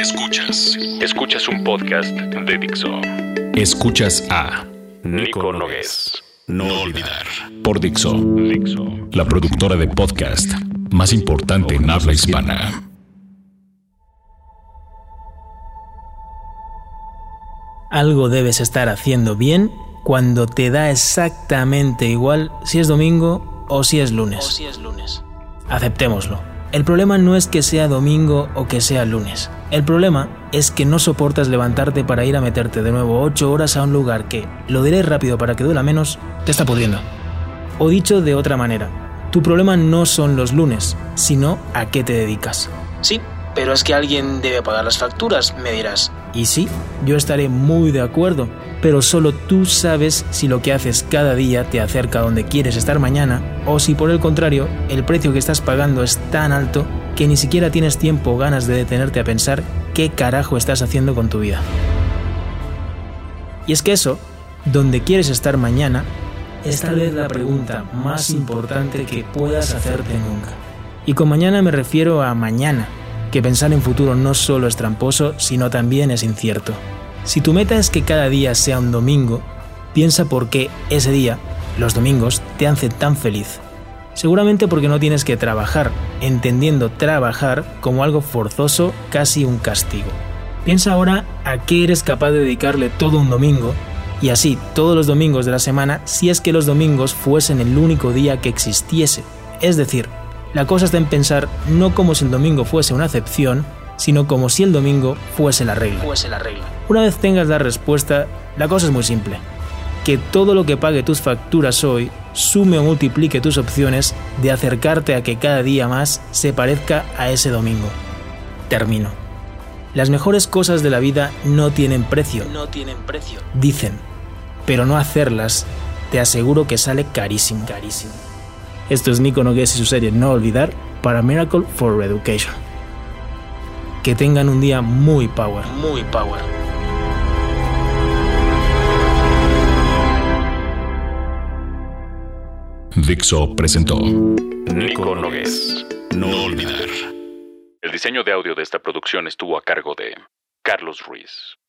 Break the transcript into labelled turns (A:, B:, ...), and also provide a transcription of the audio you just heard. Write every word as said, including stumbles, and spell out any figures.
A: Escuchas. Escuchas un podcast de Dixo. Escuchas a Nico Nogués. No olvidar. Por Dixo. Dixo. La productora de podcast más importante en habla hispana.
B: Algo debes estar haciendo bien cuando te da exactamente igual si es domingo o si es lunes. O si es lunes. Aceptémoslo. El problema no es que sea domingo o que sea lunes. El problema es que no soportas levantarte para ir a meterte de nuevo ocho horas a un lugar que, lo diré rápido para que duela menos, te está pudriendo. O dicho de otra manera, tu problema no son los lunes, sino a qué te dedicas. Sí, pero es que alguien debe pagar las facturas, me dirás. Y sí, yo estaré muy de acuerdo, pero solo tú sabes si lo que haces cada día te acerca a donde quieres estar mañana, o si por el contrario, el precio que estás pagando es tan alto que ni siquiera tienes tiempo o ganas de detenerte a pensar qué carajo estás haciendo con tu vida. Y es que eso, donde quieres estar mañana, es tal vez la pregunta más importante que puedas hacerte nunca. Y con mañana me refiero a mañana, que pensar en futuro no solo es tramposo, sino también es incierto. Si tu meta es que cada día sea un domingo, piensa por qué ese día, los domingos, te hacen tan feliz. Seguramente porque no tienes que trabajar, entendiendo trabajar como algo forzoso, casi un castigo. Piensa ahora a qué eres capaz de dedicarle todo un domingo, y así todos los domingos de la semana, si es que los domingos fuesen el único día que existiese. Es decir, la cosa está en pensar no como si el domingo fuese una excepción, sino como si el domingo fuese la regla. Fuese la regla. Una vez tengas la respuesta, la cosa es muy simple. Que todo lo que pague tus facturas hoy sume o multiplique tus opciones de acercarte a que cada día más se parezca a ese domingo. Termino. Las mejores cosas de la vida no tienen precio. No tienen precio. Dicen, pero no hacerlas, te aseguro que sale carísimo. Carísimo. Esto es Nico Nogués y su serie No Olvidar para Miracle for Education. Que tengan un día muy power. Muy power.
A: Dixo presentó Nico Nogués. No olvidar. El diseño de audio de esta producción estuvo a cargo de Carlos Ruiz.